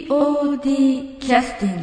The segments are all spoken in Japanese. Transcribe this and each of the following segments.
POD キャスティン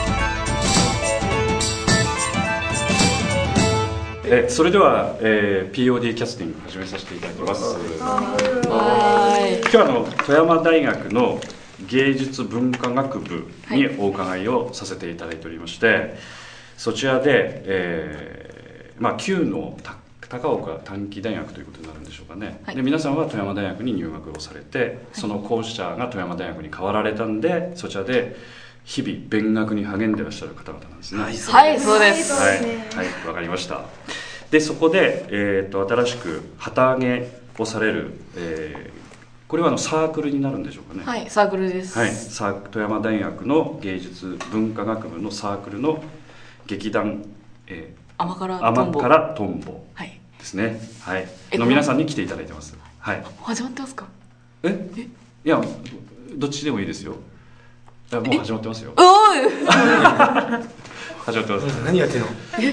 グ。それでは、POD キャスティング始めさせていただきます。今日は富山大学の芸術文化学部にお伺いをさせていただいておりまして、そちらで、旧の高岡短期大学ということになるんでしょうかね、で皆さんは富山大学に入学をされて、その校舎が富山大学に変わられたんで、そちらで日々勉学に励んでいらっしゃる方々なんですね。 はい、そうです。 はい、わかりました。でそこで、新しく旗揚げをされる、これはサークルになるんでしょうかね。 はい、サークルです。 はい、富山大学の芸術文化学部のサークルの劇団、 甘辛とんぼですね。はい、の皆さんに来ていただいてます。はい。 始まってますか？ いや、どっちでもいいですよ。もう始まってますよ。始まってます。 何やってんの？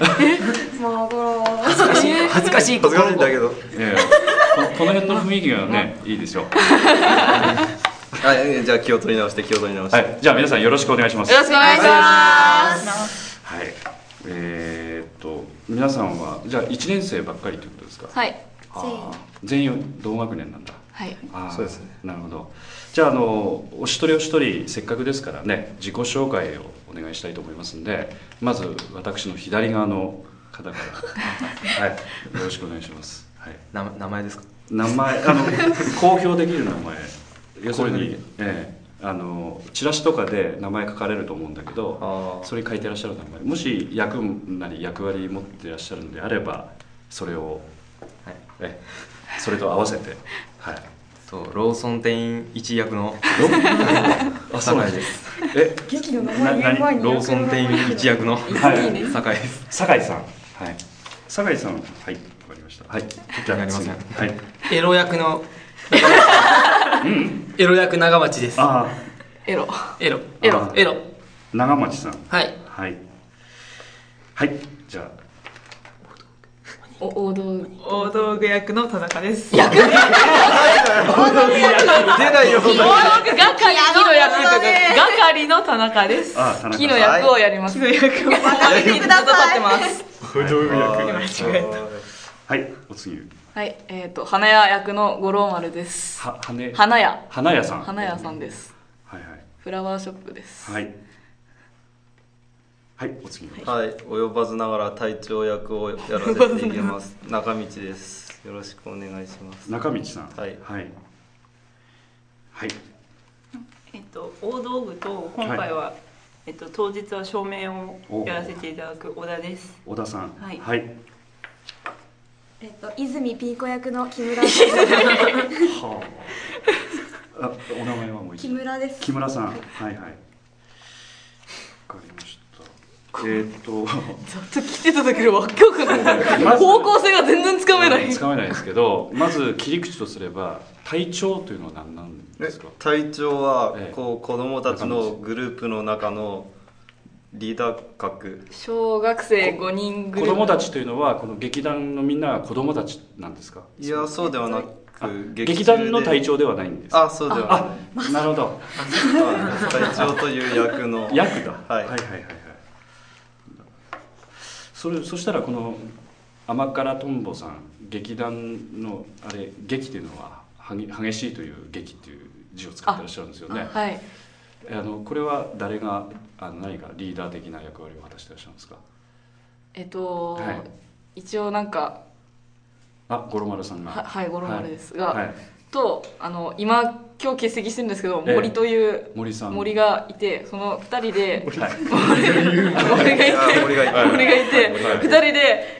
恥ずかしいんだけど。 この辺の雰囲気がね、いいですよ。 じゃあ気を取り直して。 はい、じゃあ皆さんよろしくお願いします。 よろしくお願いします。 はい。皆さんはじゃあ1年生ばっかりということですか？ はい。 全員同学年なんだ。 はい。 そうですね。 なるほど。じゃあお一人お一人せっかくですからね、自己紹介をお願いしたいと思いますんで、まず私の左側の方からはい、よろしくお願いします。はい。 名前ですか？ 名前公表できる名前。要するにチラシとかで名前書かれると思うんだけど、それに書いてらっしゃる名前、もし役なり役割持ってらっしゃるのであれば、それを、それと合わせて、はい。 ローソン店員1役の酒井です。 劇の名前言う前にローソン店員1役の酒井です。 酒井さん、はい。酒井さん、はい、わかりました。はい。 じゃありません。 はい。 エロ役のエロ役長町です。 エロ長町さん。 はい。 じゃあ大道具役の田中です。 大道具係の田中です。木の役をやります。 木の役を任せてください。 大道具役。 間違えた。 はい、お次。 はい、花屋役の五郎丸です。花屋さんです。 はいはい。 フラワーショップです。 はい。はい、お次。 はい、及ばずながら隊長役をやらせていきます。中道です。よろしくお願いします。 中道さん。 はい。 大道具と今回は、当日は照明をやらせていただく小田です。 小田さん。 はい。 泉ピーコ役の木村です。 お名前はもう木村です。 木村さん。はい。わかりました。 ずっと来てただけでわけわかんない。方向性が全然つかめない。 つかめないですけど、まず切り口とすれば隊長というのは何なんですか？ 隊長は子供たちのグループの中のリーダー格。 小学生5人グループ。 子供たちというのはこの劇団のみんなは子供たちなんですか？ いや、そうではなく劇団の隊長ではないんですか？ そうではない。 なるほど。 隊長という役の役だ。はい。そしたらこの甘辛とんぼさん、劇団の劇というのは激しいという劇という字を使ってらっしゃるんですよね。 はい。 これは誰が何かリーダー的な役割を果たしてらっしゃるんですか？ 一応なんか五郎丸さんが。 はい、五郎丸ですが、今日欠席してるんですけど、森という森がいて、その2人で森がいて2人で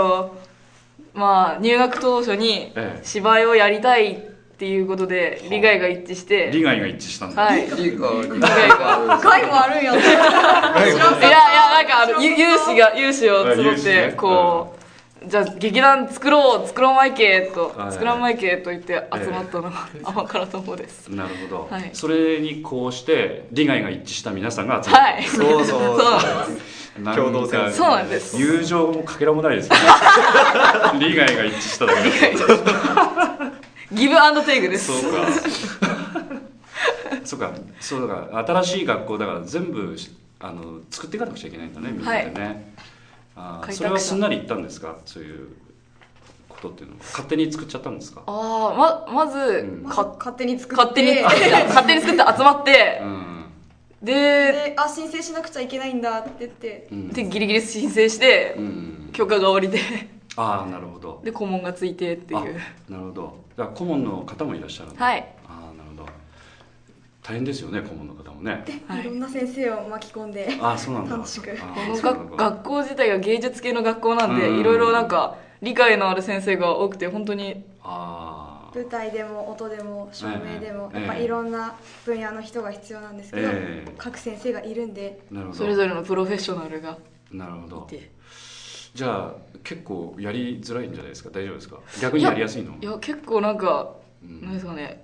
入学当初に芝居をやりたいっていうことで利害が一致して。 利害が一致したんだ。 はい。 利害が害もあるんやね。 いやなんか有志を募ってこう。じゃあ劇団作らんまいけと言って集まったのが甘辛とんぼです。 なるほど。 はい。 それにこうして利害が一致した皆さんが集まった。 はい。そう共同戦。 そうなんです。 友情もかけらもないですね。利害が一致しただけで。 ギブアンドテイクです。 そうか。 そうだから新しい学校だから全部作っていかなくちゃいけないんだねみんなでね、それはすんなりいったんですか、そういうことっていうのは勝手に作っちゃったんですか。 まず、 勝手に作って勝手に作って集まって、で申請しなくちゃいけないんだって言って、 でギリギリ申請して、許可が下りて、 なるほど。 で顧問がついてっていう。 なるほど。だから顧問の方もいらっしゃるんだ。 はい。 なるほど。大変ですよね、顧問の方もね。 いろんな先生を巻き込んで、 そうなんだ。 楽しく。 この学校自体が芸術系の学校なんで、いろいろなんか理解のある先生が多くて、本当に舞台でも音でも照明でもやっぱいろんな分野の人が必要なんですけど、各先生がいるんで、 それぞれのプロフェッショナルがいて。 なるほど。じゃあ結構やりづらいんじゃないですか。大丈夫ですか。逆にやりやすいの。いや結構なんか何ですかね、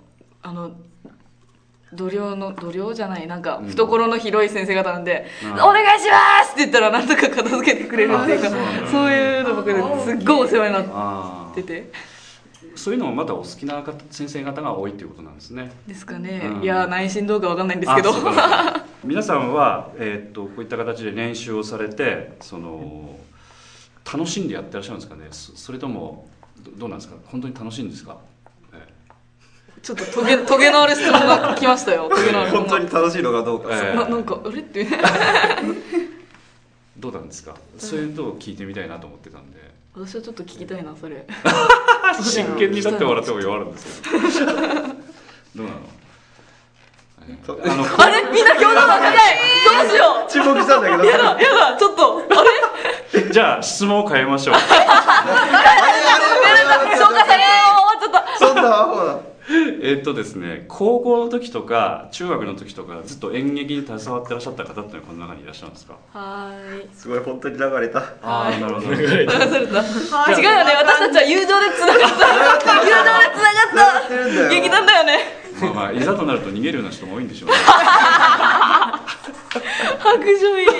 度量じゃない、なんか懐の広い先生方なんで、お願いしますって言ったらなんとか片付けてくれるっていうか、そういうのばっかですっごいお世話になってて、 そういうのもまたお好きな先生方が多いっていうことなんですね。 ですかね。いや内心どうかわかんないんですけど、 皆さんはこういった形で練習をされて楽しんでやってらっしゃるんですかね。それともどうなんですか。本当に楽しいんですか。 ちょっとトゲのある質問が来ましたよ。 本当に楽しいのかどうか。 なんかあれってどうなんですか。そういうのを聞いてみたいなと思ってたんで。 私はちょっと聞きたいなそれ。 真剣になって笑っても弱るんですけど。どうなの。 あれみんな表情が高い。どうしよう。 注目したんだけど。 やだちょっとあれ。 じゃあ質問を変えましょう。 紹介され終わっちゃった。 そんなアホだ。 ですね、高校の時とか中学の時とかずっと演劇に携わってらっしゃった方ってのはこの中にいらっしゃるんですか。 すごい本当に流れた。 なるほど。 流された。違うよね、私たちは友情でつながった劇団だよね。 いざとなると逃げるような人も多いんでしょうね。 白状入り。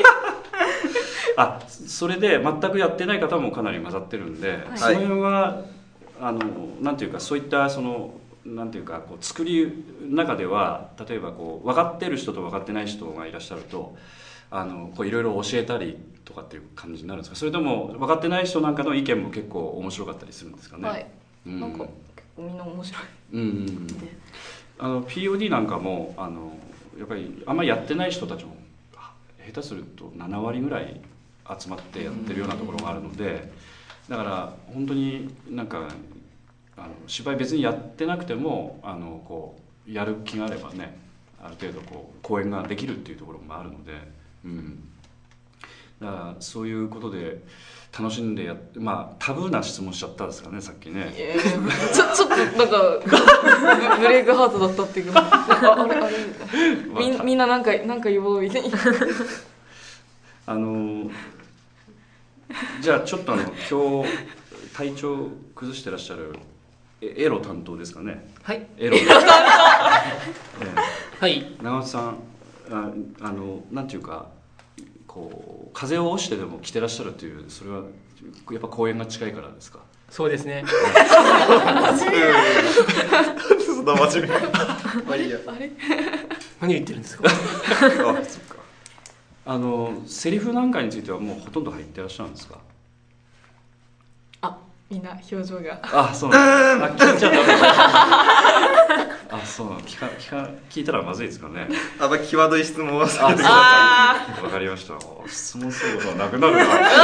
それで全くやってない方もかなり混ざってるんで、その辺はなんていうか、そういったなんていうか作りの中では、例えば分かってる人と分かってない人がいらっしゃるといろいろ教えたりとかっていう感じになるんですか。それとも分かってない人なんかの意見も結構面白かったりするんですかね。 はい、なんか結構みんな面白い。 POD なんかもやっぱりあんまりやってない人たちも下手すると7割ぐらい集まってやってるようなところがあるので、だから本当になんか芝居別にやってなくてもやる気があればね、ある程度公演ができるっていうところもあるので、だからそういうことで楽しんでタブーな質問しちゃったんですかね、さっきね。 ちょっとなんかブレイクハートだったっていうか、あれみんななんか言おうみたいに。 じゃあちょっと今日体調崩してらっしゃるエロ担当ですかね。 はい。 エロ。 はい。 長松さん、なんていうか風邪を押してでも来てらっしゃるという、それはやっぱ公演が近いからですか。 そうですね。 そんな真面目。 あれ？ 何言ってるんですか。 そっか。 セリフなんかについてはもうほとんど入ってらっしゃるんですか。 みんな表情が。 そうなんだ。聞いちゃダメ。そうなんだ。聞いたらまずいですかね。 あんま際どい質問はされてください。わかりました。質問することはなくなる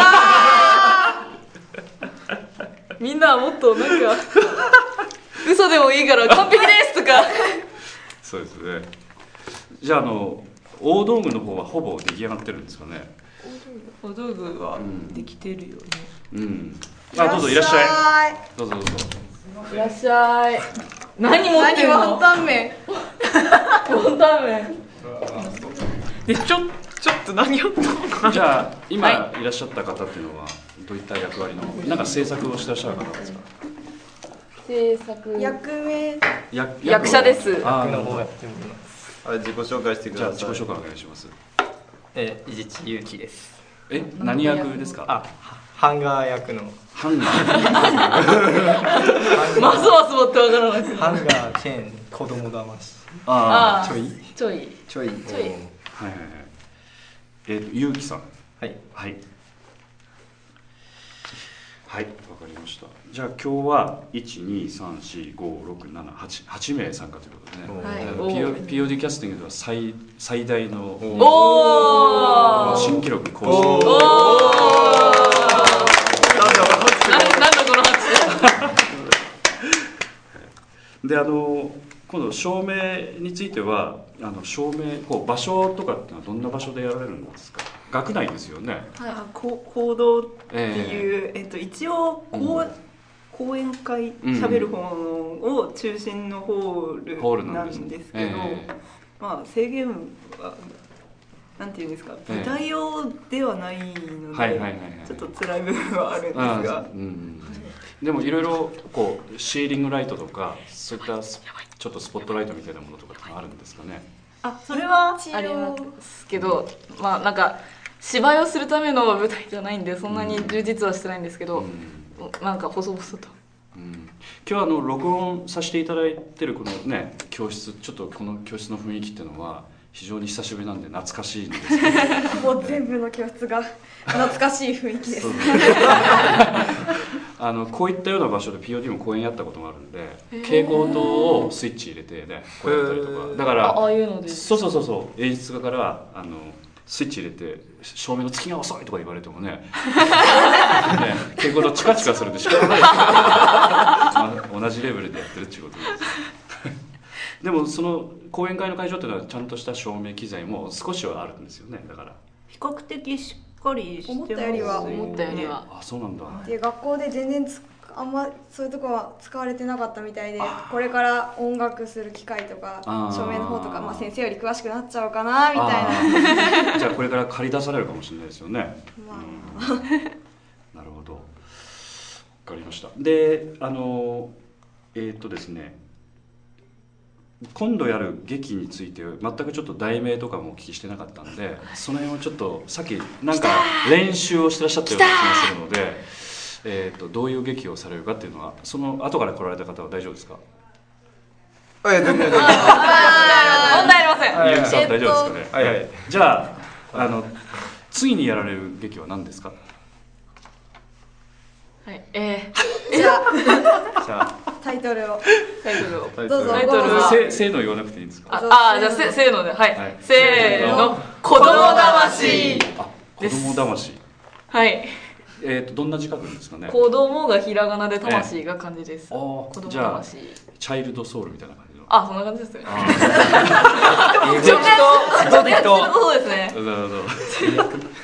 な。みんなはもっとなんか嘘でもいいから完璧ですとか。 そうですね。じゃあ大道具の方はほぼ出来上がってるんですかね。 大道具はできてるよね。 どうぞいらっしゃい。どうぞ。 いらっしゃい。何持ってるの？ ワンタン麺。 ワンタン麺。 ちょっと何を。 じゃあ今いらっしゃった方っていうのはどういった役割のなんか制作をしてらっしゃる方ですか。 制作。 役者です。 役の方やってみます。 自己紹介してください。 じゃあ自己紹介お願いします。 伊地知祐希です。 何役ですか。 ハンガー役の。 ハンガー。ますますもってわからない。 ハンガー兼子供騙し。 あちょいちょいちょいちょいはいはいはいゆうきさんはいはいはい、わかりました。じゃあ今日は1,2,3,4,5,6,7,8名参加ということでね、POD キャスティングでは最大の新記録更新。 なんだこの拍手で今度照明については照明場所とかってのはどんな場所でやられるんですか？学内ですよね。 講堂っていう、一応講演会喋る方を中心のホールなんですけど、まあ制限はなんていうんですか、舞台用ではないのでちょっと辛い部分はあるんですが、 でもいろいろシーリングライトとかそういったちょっとスポットライトみたいなものとかあるんですかね？ それはありますけど、まあなんか芝居をするための舞台じゃないんでそんなに充実はしてないんですけど、なんか細々と。 今日録音させていただいてるこのね教室、ちょっとこの教室の雰囲気っていうのは非常に久しぶりなんで懐かしいんですけどもう全部の教室が懐かしい雰囲気ですこういったような場所で POD も公演やったこともあるんで、蛍光灯をスイッチ入れてねこうやったりとか、だからああいうのでそう演出家からスイッチ入れて照明の月が遅いとか言われてもね蛍光灯チカチカするんで仕方ないです同じレベルでやってるっていうことですでもその講演会の会場っていうのはちゃんとした照明機材も少しはあるんですよね。だから比較的しっかりしてます。 思ったよりはあ、そうなんだ。 で学校で全然あんまそういうとこは使われてなかったみたいで、これから音楽する機会とか照明の方とか、先生より詳しくなっちゃうかなみたいなじゃあこれから借り出されるかもしれないですよね。なるほど、分かりました。でですね、今度やる劇について全くちょっと題名とかもお聞きしてなかったんで、その辺をちょっとさっきなんか練習をしてらっしゃったような気がするので、どういう劇をされるかっていうのはその後から来られた方は大丈夫ですか？ 全然問題ありません。 ゆうきさん大丈夫ですかね？はい。じゃあ次にやられる劇は何ですか？ はい。 じゃあタイトルをどうぞ。 せーの言わなくていいんですか？ じゃあせーので、はい。せーの、子供魂。 子供魂。 はい。 どんな字書くんですかね？ 子供がひらがなで魂が漢字です。 子供魂。じゃあチャイルドソウルみたいな感じの。 そんな感じですね。 そうですね。なるほど。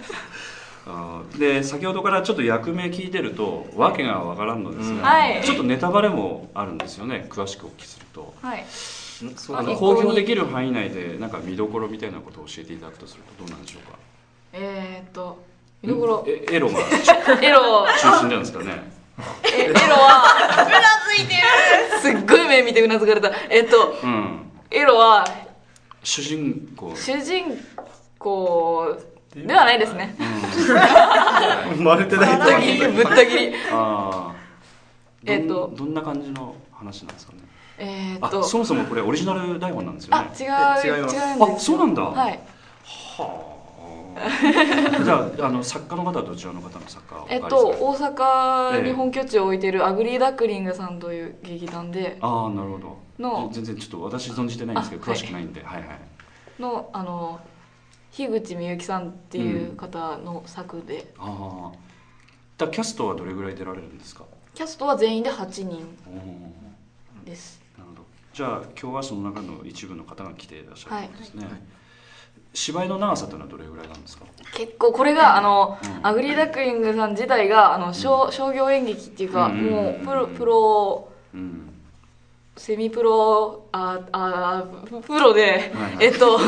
で先ほどからちょっと役名聞いてると訳がわからんのですが、ちょっとネタバレもあるんですよね。詳しくお聞きすると。 はい。 公表できる範囲内でなんか見どころみたいなことを教えていただくとするとどうなんでしょうか？ 見どころ。 エロが中心なんですかね。 エロはうなずいてる。すっごい目見てうなずかれた。エロは主人公ではないですね。 まるでない。 ぶった切り。 どんな感じの話なんですかね。そもそもこれオリジナル台本なんですよね。 違います。 そうなんだ。 はい。 じゃあ作家の方はどちらの方の作家を？ 大阪に本拠地を置いているアグリーダックリングさんという劇団で。 なるほど。全然ちょっと私存じてないんですけど詳しくないんで。 の樋口みゆきさんっていう方の作で。 キャストはどれぐらい出られるんですか？ キャストは全員で8人です。 なるほど。じゃあ今日はその中の一部の方が来ていらっしゃるんですね。芝居の長さというのはどれぐらいなんですか？ 結構これがアグリーダックリングさん自体が商業演劇っていうか、もうプロ、セミプロプロでちょっ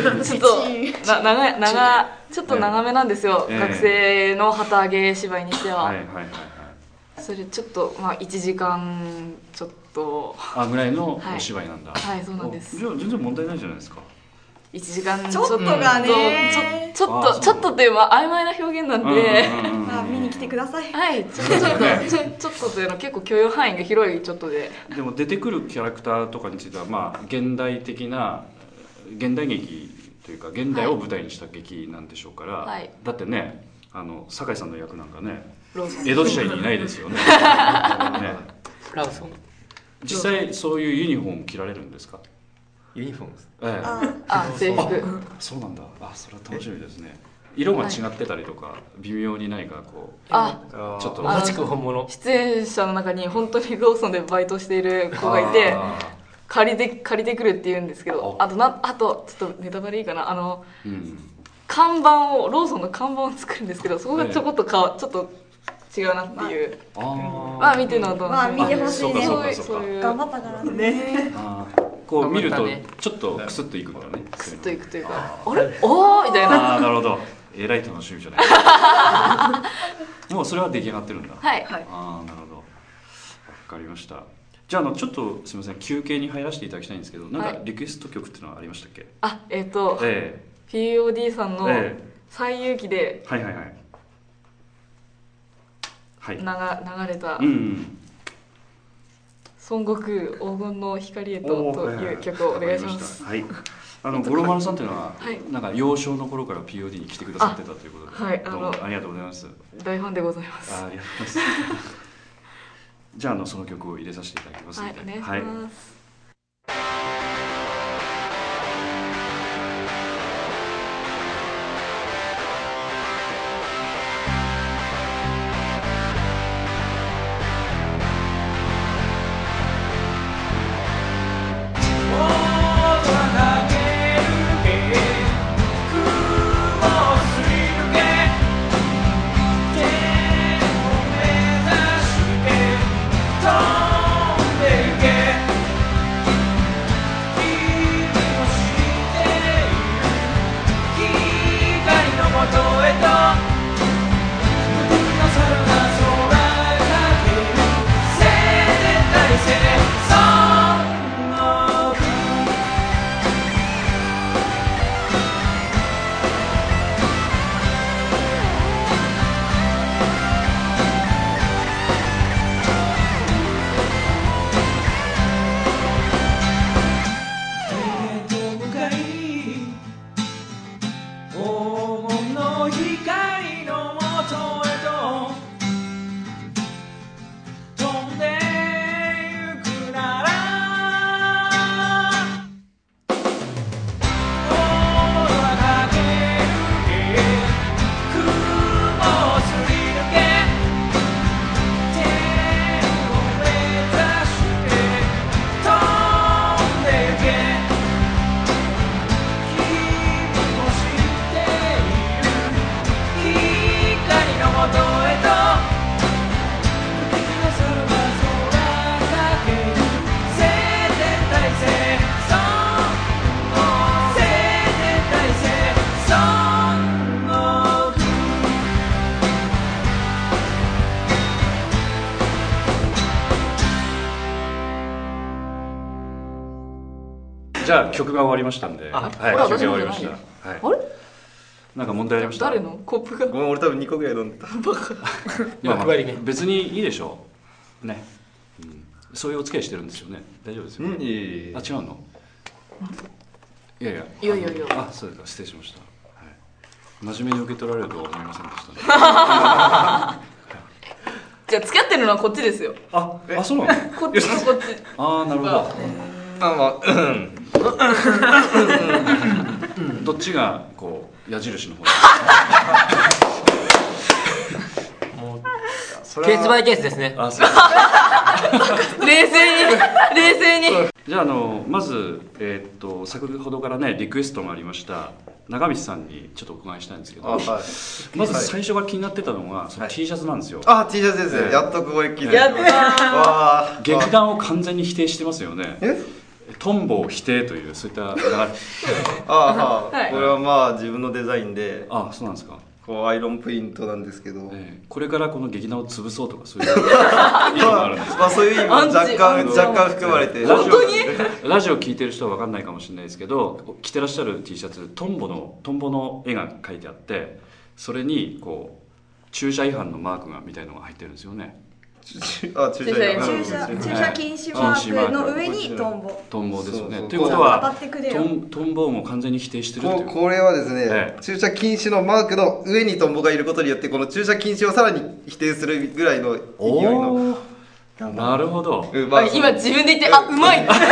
と長めなんですよ。学生の旗揚げ芝居にしては。それちょっと1時間ちょっとぐらいのお芝居なんだ。 はい、そうなんです。 じゃあ全然問題ないじゃないですか。 1時間ちょっとがねちょっとっていう曖昧な表現なんで、 見に来てください。 はい、ちょっとというのは結構許容範囲が広いちょっとで。 でも出てくるキャラクターとかについては現代的な現代劇というか現代を舞台にした劇なんでしょうから、はい、だってね酒井さんの役なんかね江戸時代にいないですよね。ね、 ラウソン。 実際そういうユニフォーム着られるんですか？ ユニフォームです。 制服。 そうなんだ。それは楽しみですね。色が違ってたりとか、微妙に何かこうちょっと同じく本物。 出演者の中に本当にローソンでバイトしている子がいて、借りてくるって言うんですけど、あとちょっとネタバレいいかな、看板をローソンの看板を作るんですけど、そこがちょっと違うなっていう。見てのと見てほしいね。 そういう頑張ったからね。 こう見るとちょっとクスッといくんだね。 クスッといくというか、あれおーみたいな。 なるほど。えらい楽しみじゃない。もうそれは出来上がってるんだ。 はい。 なるほど。わかりました。じゃあちょっとすみません、休憩に入らせていただきたいんですけど、なんかリクエスト曲っていうのはありましたっけ？ POD さんの西遊記で流れた孫悟空黄金の光へとという曲をお願いします。 はい。五郎丸さんというのはなんか幼少の頃から POD に来てくださってたということで、 はい、 どうもありがとうございます。 大ファンでございます。 ありがとうございます。じゃあその曲を入れさせていただきますので、 はい、お願いします。 じゃあ曲が終わりましたんで、はい、曲が終わりました。はい。 あれ？ なんか問題ありました？ 誰のコップが？ ごめん、俺多分2個ぐらい飲んでた。 別にいいでしょう。ね。そういうお付き合いしてるんですよね。大丈夫ですよね。違うの？いや。あ、そうですか。失礼しました。はい。真面目に受け取られるとは思いませんでしたね。 じゃあ付き合ってるのはこっちですよ。 そうなの？ こっち。 なるほど。どっちがこう矢印の方？ ケースバイケースですね。 冷静に。 じゃあまず先ほどからねリクエストがありました長道さんにちょっとお伺いしたいんですけど、まず最初が気になってたのがその T シャツなんですよ。 T シャツですね。やっとここへ来て。 やったー。 劇団を完全に否定してますよね。トンボを否定というそういった流れ。 これはまあ自分のデザインで。 そうなんですか。 こうアイロンプリントなんですけど、 これからこの劇団を潰そうとかそういう意味もあるんですか？ そういう意味も若干含まれて、 ラジオ聞いてる人は分かんないかもしれないですけど、着てらっしゃる T シャツトンボの絵が描いてあって、それにこう駐車違反のマークがみたいのが入ってるんですよね。 駐車禁止マークの上にトンボですよね。ということはトンボをも完全に否定してるっていう。 これはですね、駐車禁止のマークの上にトンボがいることによって、この駐車禁止をさらに否定するぐらいの勢いの。 なるほど。 今自分で言って、あ、うまいパッと考え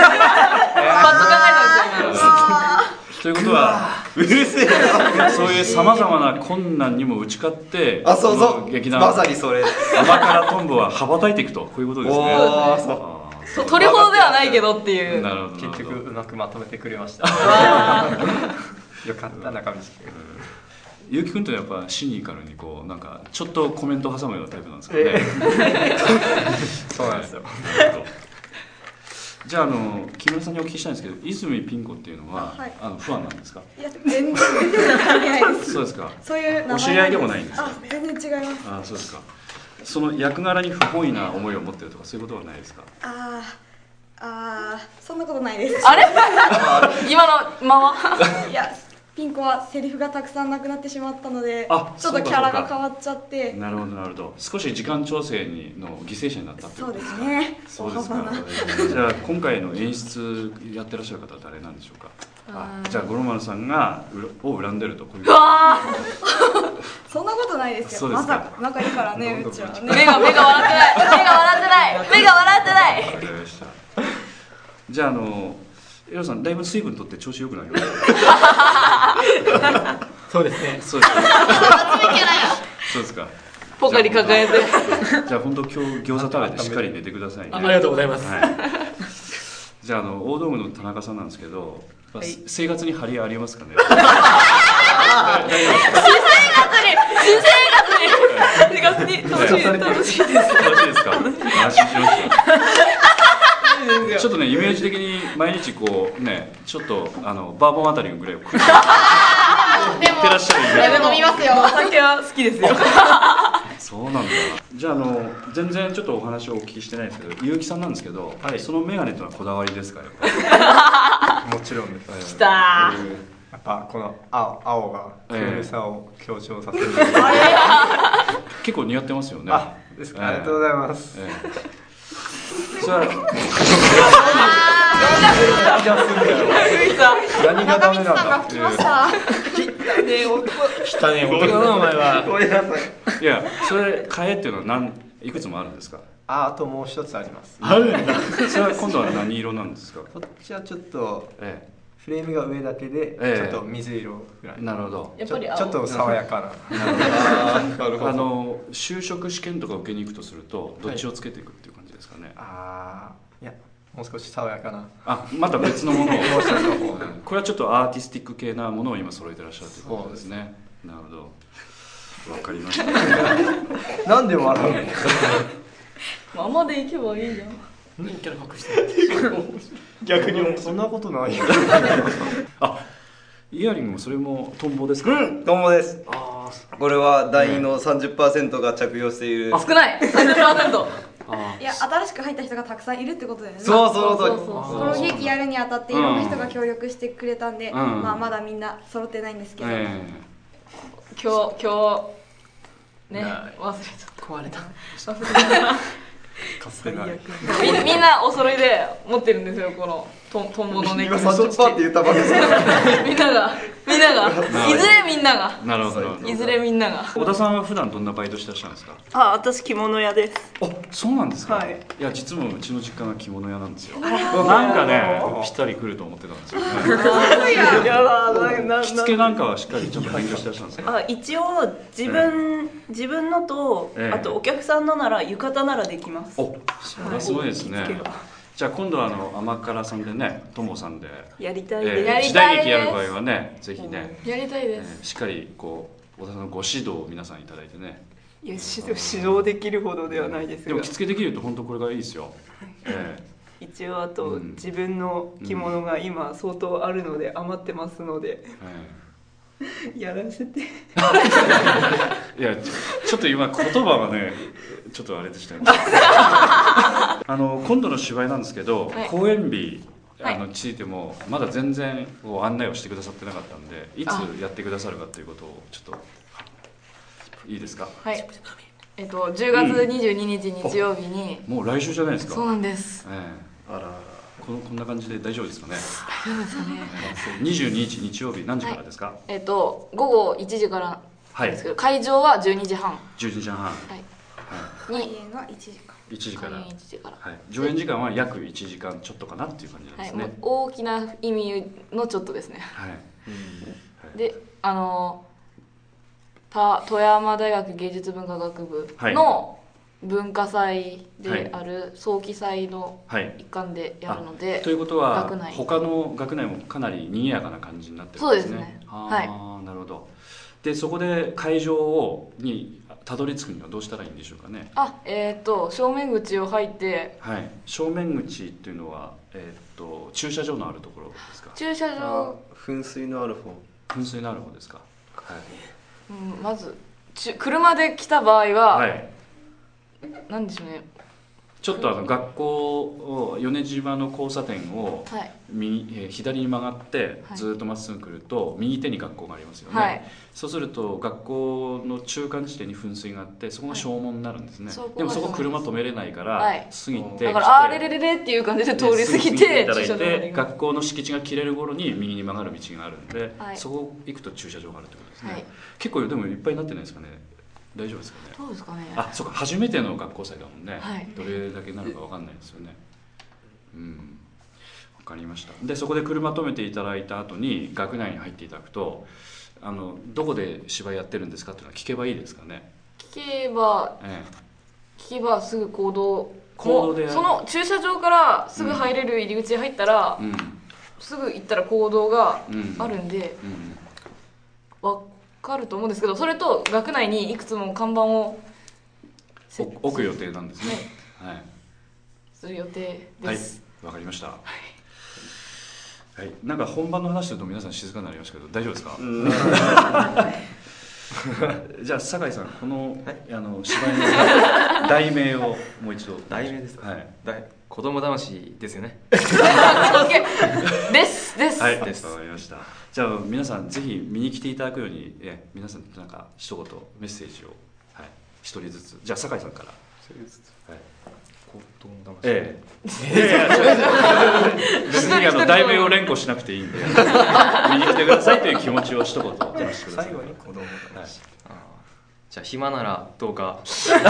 たんですよ。 ということはうるせえな、そういうさまざまな困難にも打ち勝って、 そう劇団まさにそれ甘辛トンボは羽ばたいていくと、こういうことですね。 鳥ほどではないけどっていう。 なるほど。結局うまくまとめてくれました。よかった中道君。 ゆうきくんとやっぱシニカルにこうなんかちょっとコメントを挟むようなタイプなんですかね。 そうなんですよ。 じゃあ木村さんにお聞きしたいんですけど、泉ピン子っていうのはファンなんですか？ いや全然関係ないです。 そうですか。 そういうお知り合いでもないんですか？ 全然違います。 そうですか。その役柄に不本意な思いを持ってるとかそういうことはないですか？ そんなことないです。 あれ？今のまま？ いや。ピン子はセリフがたくさんなくなってしまったので、ちょっとキャラが変わっちゃって。 なるほどなるほど。少し時間調整の犠牲者になったってことですか？ そうですね。 そうですか。じゃあ今回の演出やってらっしゃる方は誰なんでしょうか？じゃあ五郎丸さんを恨んでるとこういう。 そんなことないですよ。まさか仲いいからね、うちはね。 目が笑ってない。 わかりました。じゃあエロさん、だいぶ水分取って調子よくなるよ。 そうですね。 そうですか。そうですか。 ポカリ抱えて。 じゃあ本当今日餃子食べてしっかり寝てくださいね。 ありがとうございます。 じゃあ大道具の田中さんなんですけど、生活に張りありますかね？ 私生活に楽しいです。 楽しいですか？安心しました。ちょっとね、イメージ的に毎日こうね、ちょっとバーボンあたりぐらいを食ってらっしゃるイメージ。 でも飲みますよ。お酒は好きですよ。 そうなんだ。じゃあ全然ちょっとお話をお聞きしてないんですけど、結城さんなんですけど、そのメガネというのはこだわりですか？ もちろんです。 きたー。 やっぱこの青がクールさを強調させる。 結構似合ってますよね。 ですか。ありがとうございます。 それは何がダメなんだ。 汚ね男だなお前は。ごめんなさい。いや、それ替えっていうのはいくつもあるんですか？ あともう一つあります。 あるんだ。それは今度は何色なんですか？ こっちはちょっとフレームが上だけでちょっと水色ぐらい。 なるほど。 やっぱりちょっと爽やかな。 なるほど。就職試験とか受けに行くとするとどっちをつけていくっていう感じですかね？ いや、もう少し爽やかな。 また別のものを。これはちょっとアーティスティック系なものを今揃えてらっしゃるということですね。なるほど。わかりました。 なんで笑うの？ ままでいけばいいじゃん。 何キャラ隠してる？逆にそんなことないよ。 イヤリングもそれもトンボですか？ トンボです。これは団員の 30% が着用している。 少ない 30%。 いや、新しく入った人がたくさんいるってことだよね。 そうこの劇やるにあたっていろんな人が協力してくれたんで、まだみんな揃ってないんですけど、 今日ね、忘れちゃった。 壊れた。 みんなお揃いで持ってるんですよ、このトンボのネックレス。 今 30% って言ったばかりです。 みんながいずれみんなが。 なるほど。 いずれみんなが。 小田さんは普段どんなバイトしてらっしゃるんですか？ 私着物屋です。 そうなんですか？ はい。 いや、実もうちの実家が着物屋なんですよ。なんかね、ぴったり来ると思ってたんですよね。着付けなんかはしっかりちょっと勉強してらっしゃるんですか？ 一応自分のと、あとお客さんのなら浴衣ならできます。 それはすごいですね。じゃあ今度は甘辛さんでね、ともさんでやりたいです。 時代劇やる場合はね、ぜひね、 やりたいです。 しっかりこう小田さんのご指導を皆さんいただいてね。 いや、指導できるほどではないですが。 でも着付けできると本当これがいいですよ。 一応あと自分の着物が今相当あるので余ってますので。 やらせて。いやちょっと今言葉がねちょっとあれでしたよね。今度の芝居なんですけど、はい、公演日についてもまだ全然案内をしてくださってなかったんで、いつやってくださるかということをちょっといいですか。 はい、10月22日日曜日に、 もう来週じゃないですか。 そうなんです、 あらこんな感じで大丈夫ですかね。 大丈夫ですかね。 22日日曜日何時からですか。 午後1時からですけど、会場は12時半。 12時半。はい。 開演が1時から。 1時から。 1時から。 はい。上演時間は約1時間ちょっとかなっていう感じなんですね。 大きな意味のちょっとですね。はい。で、富山大学芸術文化学部の文化祭である早期祭の一環でやるので、 ということは他の学内もかなり賑やかな感じになってるんですね。そうですね。はい。なるほど。でそこで会場にたどり着くにはどうしたらいいんでしょうかね。 正面口を入って、 はい、正面口っていうのは駐車場のあるところですか。 駐車場、 噴水のある方。 噴水のある方ですか。はい。 まず車で来た場合は、はい、なんでしょうね。 ちょっと学校米島の交差点を、はい、左に曲がってずっとまっすぐ来ると右手に学校がありますよね。はい、そうすると学校の中間地点に噴水があってそこが正門になるんですね。はい、でもそこ車止めれないから、はい、過ぎてだからレレレっていう感じで通り過ぎていただいて学校の敷地が切れる頃に右に曲がる道があるんで、はい、そこ行くと駐車場があるってことですね。はい、結構でもいっぱいになってないですかね。大丈夫ですかね。 どうですかね。 そうか、初めての学校祭だもんね。はい、どれだけなるかわかんないですよね。わかりました。でそこで車止めていただいた後に学内に入っていただくと、どこで芝居やってるんですかっていうのは聞けばいいですかね。 聞けばすぐ行動でその駐車場からすぐ入れる入り口に入ったら、すぐ行ったら行動があるんで、分かると思うんですけど、それと学内にいくつも看板を置く予定なんですね。はい。 する予定です。 はい、わかりました。はい。なんか本番の話すると皆さん静かになりましたけど大丈夫ですか。じゃあ酒井さんこの芝居の題名をもう一度。 題名ですか。はい。子供魂ですよね。 です。 はい。わかりました。じゃあ皆さんぜひ見に来ていただくように、皆さんなんか一言メッセージを、はい、一人ずつ。じゃあ酒井さんから。一人ずつ。はい。子供魂。別に題名を連呼しなくていいんで、見に来てくださいという気持ちを一言話してください。 最後に子供魂。じゃあ暇ならどうか。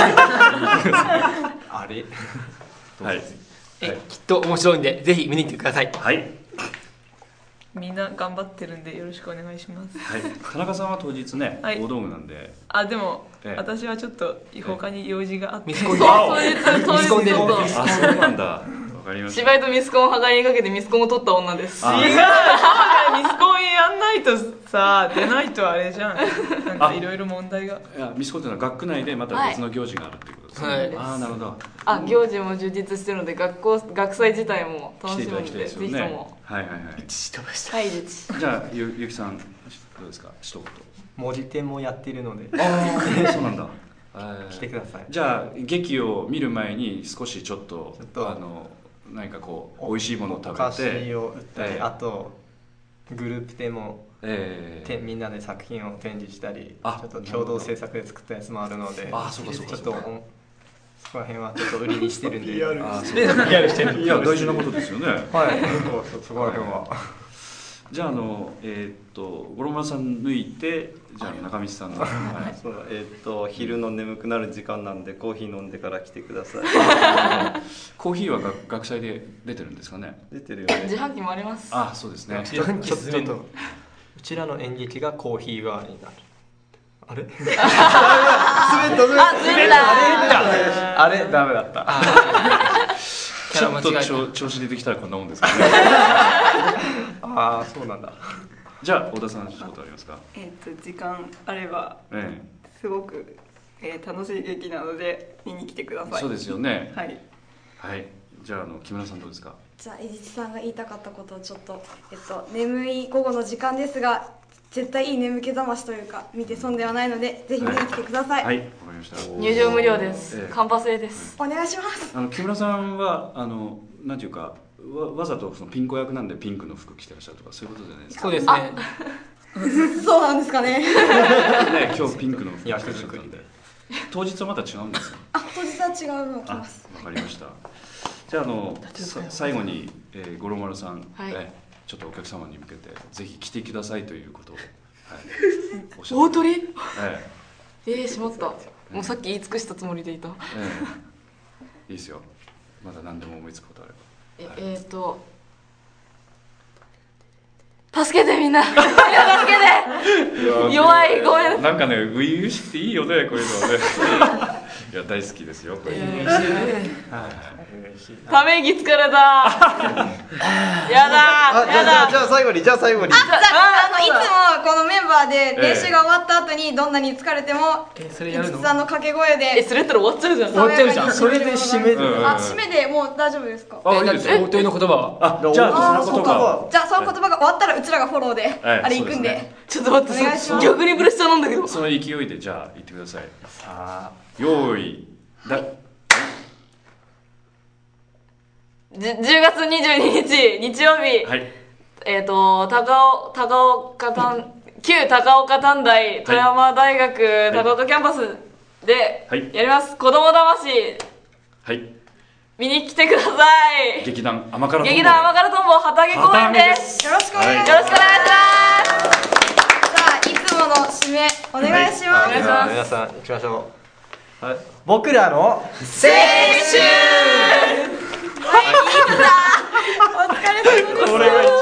あれ。 はい。 きっと面白いんでぜひ見に来てください。 はい。 みんな頑張ってるんでよろしくお願いします。 はい。田中さんは当日ね、大道具なんで。 でも私はちょっと他に用事があって。 ミスコンで。ミスコンで。 そうなんだ。 芝居とミスコンをはがりにかけてミスコンを取った女です。 違う。ミスコンやんないとさ出ないとあれじゃん。なんかいろいろ問題が。 いやミスコンというのは学内でまた別の行事があるっていうことですね。はい、なるほど。 行事も充実してるので学祭自体も楽しみにぜひとも。 はい。 一致してました。 はい。 じゃあゆきさんどうですか一言。 文字展もやってるので。 そうなんだ。 来てください。 じゃあ劇を見る前に少しちょっと何かこう美味しいものを食べてお菓子を売ったり、あとグループでも、みんなで作品を展示したり、ちょっと共同制作で作ったやつもあるので、 そうかちょっとそこら辺はちょっと売りにしてるんで PR してる。いや大事なことですよね。はい。 そこら辺は。 じゃあ五郎丸さん抜いてじゃあ中道さんの、 昼の眠くなる時間なんでコーヒー飲んでから来てください。 コーヒーは学祭で出てるんですかね。 出てるよね。 自販機もあります。 そうですね。 ちょっとうちらの演劇がコーヒー代わりになる。あれ？ 滑った。 あれダメだった。 ちょっと調子出てきたらこんなもんですかね。 そうなんだ。 じゃあ小田さん一言ありますか。 時間あれば、すごく、楽しい劇なので見に来てください。 そうですよね。 はい。 はい。じゃあ木村さんどうですか。 じゃあ江地さんが言いたかったことをちょっと眠い午後の時間ですが絶対いい眠気覚ましというか見て損ではないのでぜひ見に来てください。 はい、わかりました。 入場無料です。カンパ制です。 お願いします。 木村さんはなんていうかわざとそのピン子役なんでピンクの服着てらっしゃるとかそういうことじゃないですか。 そうですね。 そうなんですかね。 ね、今日ピンクの服着てらっしゃったんで。当日はまた違うんですか。 当日は違うのを着ます。 わかりました。じゃあ最後に五郎丸さん、ちょっとお客様に向けてぜひ来てくださいということを、 大鳥？しまった。もうさっき言い尽くしたつもりでいた。 いいですよ。まだ何でも思いつくことあれば。 助けてみんな。助けて。弱い、ごめん。 なんかね、初々しくていいよね、こういうのはね。いや、大好きですよ。これ。 ため息疲れた。やだ。 じゃあ最後に。いつもこのメンバーで練習が終わった後にどんなに疲れてもいつさんの掛け声で。 それやったら終わっちゃうじゃん。 終わっちゃうじゃん。それで締める。 締めでもう大丈夫ですか。 いいですよ。 大鳥の言葉は。 じゃあその言葉。 じゃあその言葉が終わったらうちらがフォローであれ行くんで。 ちょっと待って、逆にプレッシャーなんだけど。 その勢いでじゃあ言ってください。用意。 10月22日日曜日、旧高岡短大富山大学高岡キャンパスでやります。子供魂、見に来てください。 劇団甘辛とんぼ旗揚公演です。 よろしくお願いします。じゃあいつもの締めお願いします。 皆さん行きましょう。 僕らの青春。 お疲れ様です。 これが一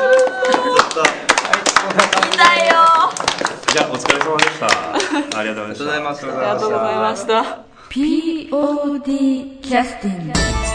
痛いよ。 じゃあお疲れ様でした。ありがとうございました。 ありがとうございました。 POD キャスティング。